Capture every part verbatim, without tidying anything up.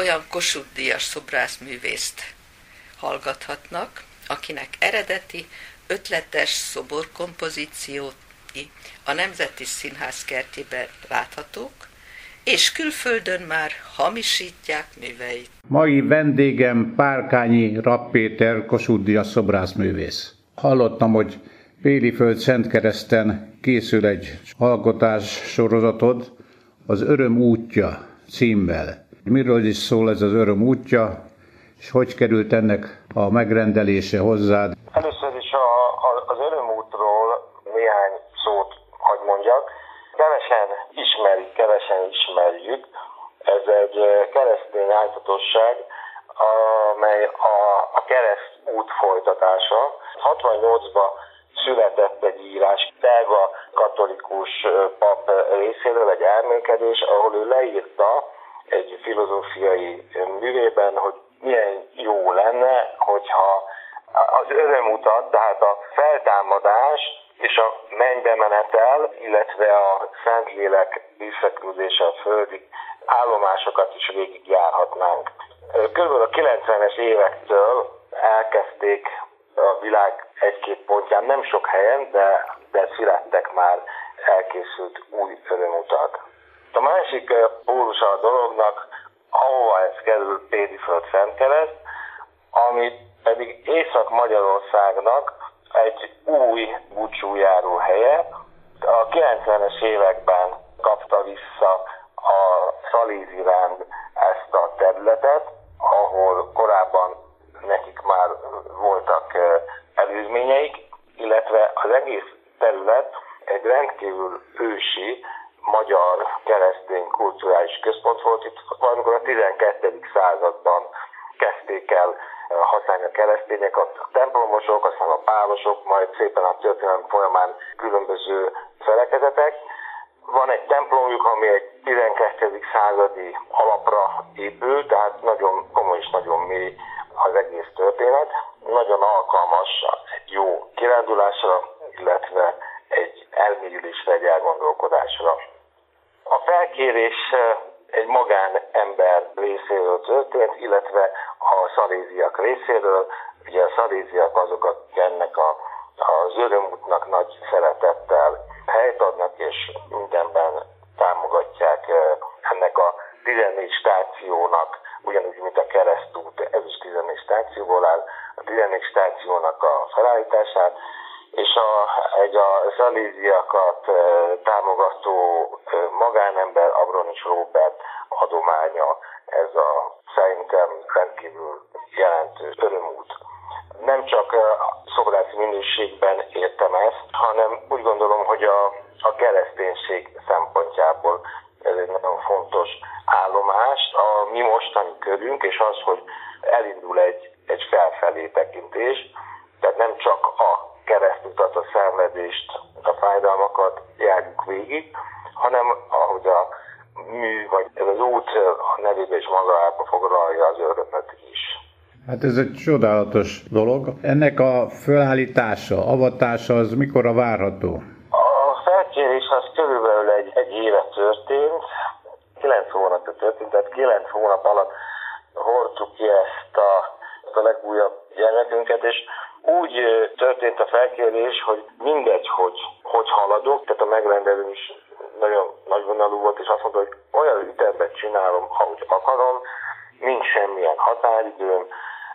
olyan Kossuth-díjas szobrászművészt hallgathatnak, akinek eredeti, ötletes szoborkompozíciói a Nemzeti Színház kertjében láthatók, és külföldön már hamisítják műveit. Mai vendégem Párkányi Rapp Péter, Kossuth-díjas szobrászművész. Hallottam, hogy Péliföld Szentkereszten készül egy alkotás sorozatod, az Öröm útja címmel. Miről is szól ez az Öröm útja, és hogy került ennek a megrendelése hozzád? Először is a, a, az Öröm útról néhány szót hadd mondjak. Kevesen ismerik, kevesen ismerjük. Ez egy keresztény áldozatosság, amely a, a kereszt út folytatása. hatvannyolcban született egy írás, belga katolikus pap részéről egy elmélkedés, ahol ő leírta egy filozófiai művében, hogy milyen jó lenne, hogyha az örömutat, tehát a feltámadás és a mennybe menetel, illetve a Szentlélek visszaküldése a földi állomásokat is végigjárhatnánk. Körülbelül a kilencvenes évektől elkezdték a világ egy-két pontján, nem sok helyen, de, de születtek már elkészült új örömutak. A másik pólusa a dolognak, ahova ez kerül, Péliföld Szentkereszt, ami pedig Észak-Magyarországnak egy új búcsújáró helye. A kilencvenes években kapta vissza a Szalézi rend ezt a területet, ahol korábban nekik már voltak előzményeik, illetve az egész terület egy rendkívül ősi, magyar keresztény kulturális központ volt. Itt valamikor a tizenkettedik században kezdték el használni a keresztények, a templomosok, aztán a pálosok, majd szépen a történelem folyamán különböző felekezetek. Van egy templomjuk, ami egy tizenkettedik századi alapra épül, tehát nagyon komoly és nagyon mély az egész történet. Nagyon alkalmas egy jó kirándulásra, illetve egy elmélyülésre, egy elgondolkodásra. A felkérés egy magánember részéről történt, illetve a szaléziak részéről. Ugye a szaléziak azokat ennek a, az örömútnak nagy szeretettel helyt adnak, és mindenben támogatják ennek a tizennégy stációnak, ugyanúgy, mint a keresztút, ez is tizennégy stációból áll, a tizennégy stációnak a felállítását, és a, egy a szaléziakat e, támogató e, magánember, Abronics Róbert adománya, ez a szerintem rendkívül jelentős örömút. Nem csak szobrász minőségben értem ezt, hanem úgy gondolom, hogy a, a kereszténység szempontjából ez egy nagyon fontos állomás. A mi mostani körünk, és az, hogy elindul egy, egy felfelé tekintés, tehát nem csak a keresztutat, a szenvedést, a fájdalmakat járjuk végig, hanem ahogy a mű, vagy ez az út a nevébe is magába foglalja az örömet is. Hát ez egy csodálatos dolog. Ennek a felállítása, avatása az mikorra várható? A felkérés az körülbelül egy, egy éve történt, kilenc hónapja történt, tehát kilenc hónap alatt hordtuk ki ezt a, ezt a legújabb gyermekünket, és úgy történt a felkérés, hogy mindegy, hogy, hogy haladok, tehát a megrendelő is nagyon nagyvonalú volt, és azt mondta, hogy olyan ütemben csinálom, ahogy akarom, nincs semmilyen határidőm,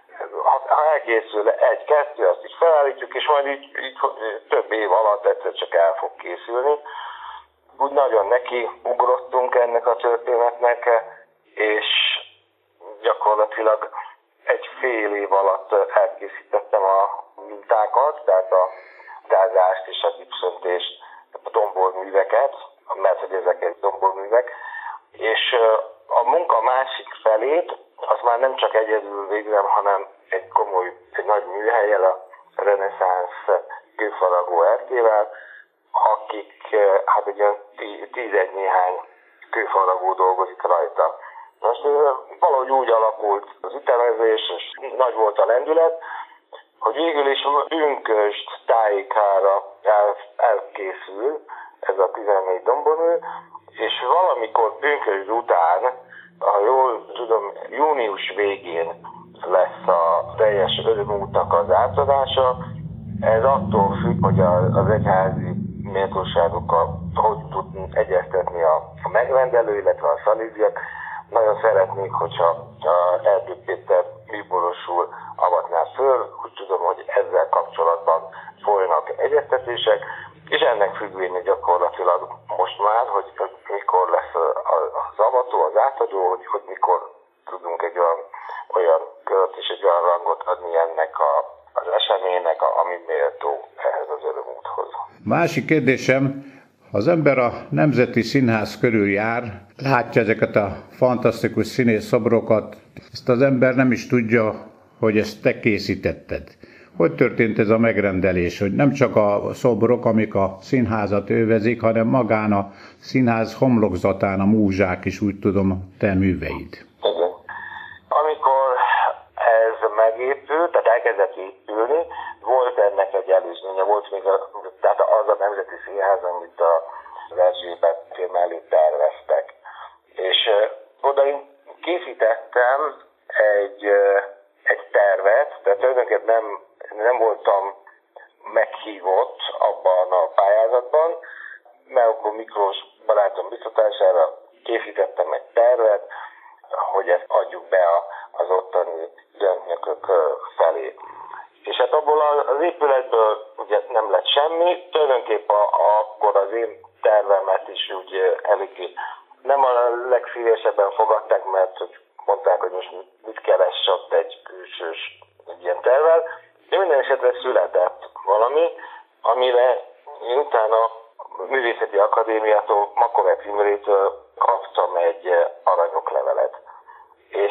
ha elkészül egy-kettő, azt így felállítjuk, és majd így, így több év alatt egyszer csak el fog készülni. Úgy nagyon neki ugrottunk ennek a történetnek, és gyakorlatilag egy fél év alatt elkészítettem a mintákat, tehát a dázást és a gipszöntést, a domborműveket, mert hogy ezek egy domborművek, és a munka másik felét, az már nem csak egyedül végzem, hanem egy komoly, egy nagy műhellyel, a reneszánsz kőfaragó erkével, akik hát egy olyan tízegy néhány kőfaragó dolgozik rajta. Most valahogy úgy alakult az ütemezés, és nagy volt a lendület, hogy végül is pünkösd tájékára el, elkészül ez a tizennégy dombormű, és valamikor pünkösd után ha jól tudom, június végén lesz a teljes örömútnak az átadása. Ez attól függ, hogy az egyházi méltóságokkal hogy tud egyeztetni a megrendelő, illetve a szaléziak. Nagyon szeretnék, hogyha Erdő Péter bíborosul avatná föl, úgy tudom, hogy ezzel kapcsolatban folynak egyeztetések, és ennek függvénye gyakorlatilag most már, hogy, hogy mikor lesz az avató, az átadó, hogy, hogy mikor tudunk egy olyan, olyan kört és egy olyan rangot adni ennek a, az eseménynek, ami méltó ehhez az örömúthoz. Másik kérdésem, ha az ember a Nemzeti Színház körül jár, látja ezeket a fantasztikus színész szobrokat, ezt az ember nem is tudja, hogy ezt te készítetted. Hogy történt ez a megrendelés, hogy nem csak a szobrok, amik a színházat övezik, hanem magán a színház homlokzatán a múzsák is, úgy tudom, te műveid. Igen. Amikor ez megépült, tehát elkezdett épülni, volt ennek egy előzménye, volt még a, tehát az a Nemzeti Színház, amit az Erzsébet film mellé terveztek. És uh, oda én készítettem egy, uh, egy tervet, tehát tulajdonképpen nem, nem voltam meghívott abban a pályázatban, mert akkor Miklós barátom biztatására készítettem egy tervet, hogy ezt adjuk be a, az ottani döntnökök felé. És hát abból az épületből ugye nem lett semmi, tulajdonképpen akkor az én tervemet is úgy eléggé nem a legszívesebben fogadták, mert hogy mondták, hogy most mit keres ott egy külsős egy ilyen tervvel, de minden esetre született valami, amire én utána a Művészeti Akadémiától, Makovec Imrétől kaptam egy aranyoklevelet. És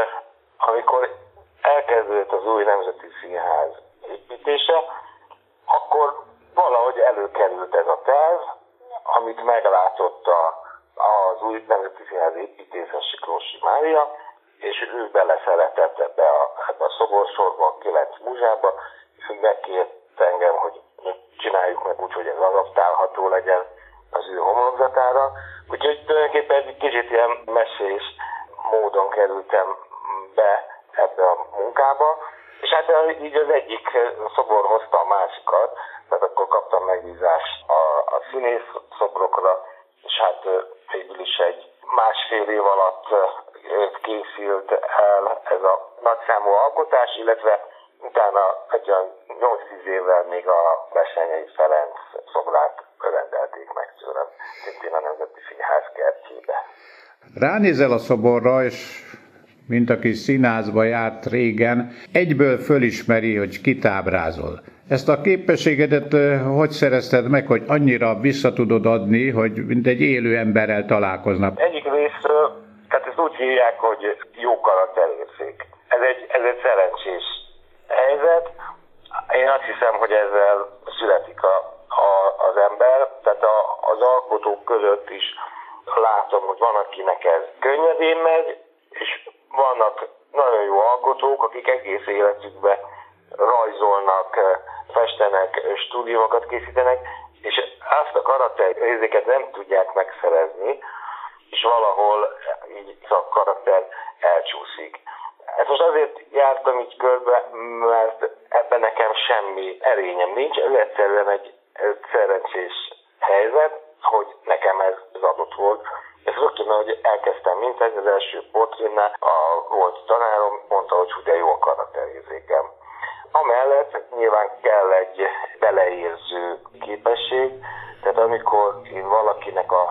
amikor elkezdődött az új Nemzeti Színház építése, akkor valahogy előkerült ez a terv, amit meglátott a, az új Nemzeti Színház építésze Siklósi Mária, és ő beleszeretett ebbe a, ebbe a szoborsorba, a kilenc múzsába, ő megkért engem, hogy csináljuk meg úgy, hogy ez adaptálható legyen az ő homlokzatára. Úgyhogy tulajdonképpen egy kicsit ilyen mesés módon kerültem be ebbe a munkába, és hát így az egyik szobor hozta a másikat, tehát akkor kaptam megbízást a, a színész szobrokra, és hát végül is egy másfél év alatt készült el ez a nagyszámú alkotás, illetve utána egy olyan nyolc-tíz évvel még a Bessenyei Ferenc szobrát rendelték meg tőlem, szintén a Nemzeti Színház kertjébe. Ránézel a szoborra, és mint aki színházba járt régen, egyből fölismeri, hogy kit ábrázol. Ezt a képességedet hogy szerezted meg, hogy annyira vissza tudod adni, hogy mint egy élő emberrel találkoznak? Egyik részről, tehát ezt úgy hívják, hogy jó karakterérzék. Ez egy, ez egy szerencsés helyzet. Én azt hiszem, hogy ezzel születik a, a, az ember, tehát a, az alkotók között is látom, hogy van, akinek ez könnyedén megy, és vannak nagyon jó alkotók, akik egész életükben rajzolnak, festenek, stúdiumokat készítenek, és azt a karakterérzéket nem tudják megszerezni, és valahol így a karakter elcsúszik. Hát most azért jártam így körbe, mert ebben nekem semmi erényem nincs, ez egyszerűen egy szerencsés helyzet, hogy nekem ez adott volt. Ez rögtön, hogy elkezdtem mintázni, az első portrénál a volt tanárom, mondta, hogy de jó a karakterérzékem. Amellett nyilván kell egy beleérző képesség, tehát amikor én valakinek a,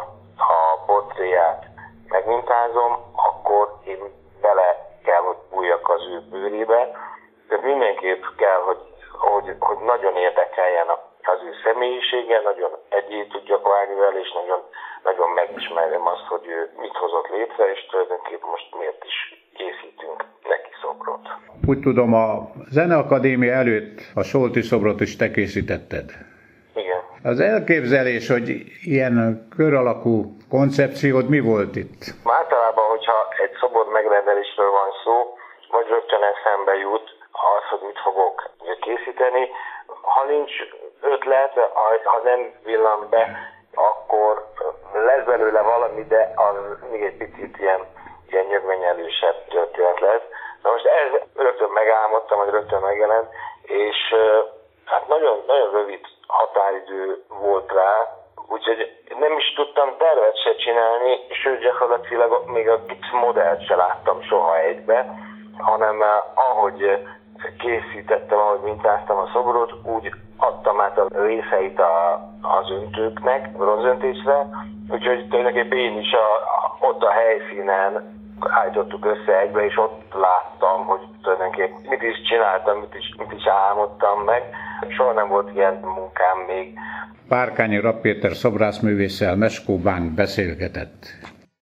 a portréját megmintázom, akkor én bele kell, hogy bújjak az ő bőrébe. Tehát mindenképp kell, hogy, hogy, hogy nagyon érdekeljen az ő személyisége, nagyon egyé tudjak válni vele, és nagyon, nagyon megismerjem azt, hogy ő mit hozott létre, és tulajdonképpen most miért is készítünk neki szobrot. Úgy tudom, a Zeneakadémia előtt a Solti szobrot is te készítetted. Igen. Az elképzelés, hogy ilyen kör alakú koncepciód mi volt itt? Általában, hogyha egy szobor megrendelésről van szó, vagy rögtön eszembe jut az, hogy mit fogok készíteni. Ha nincs ötlet, ha nem villan be, akkor lesz belőle valami, de az még egy picit ilyen, ilyen nyögvenyelősebb történet lesz. Na most ez rögtön megálmodtam, vagy rögtön megjelent, és hát nagyon, nagyon rövid határidő volt rá, úgyhogy nem is tudtam tervet se csinálni, sőt gyakorlatilag még a gipsz modellt se láttam soha egybe, hanem ahogy készítettem, ahogy mintáztam a szobrot, úgy adtam át a részeit a, az öntőknek, bronzöntésre, úgyhogy tulajdonképpen én is a, ott a helyszínen állítottuk össze egybe, és ott láttam, hogy tulajdonképpen mit is csináltam, mit is, mit is álmodtam meg. Soha nem volt ilyen munkám még. Párkányi Rapp Péter szobrászművésszel Meskó Bánk beszélgetett.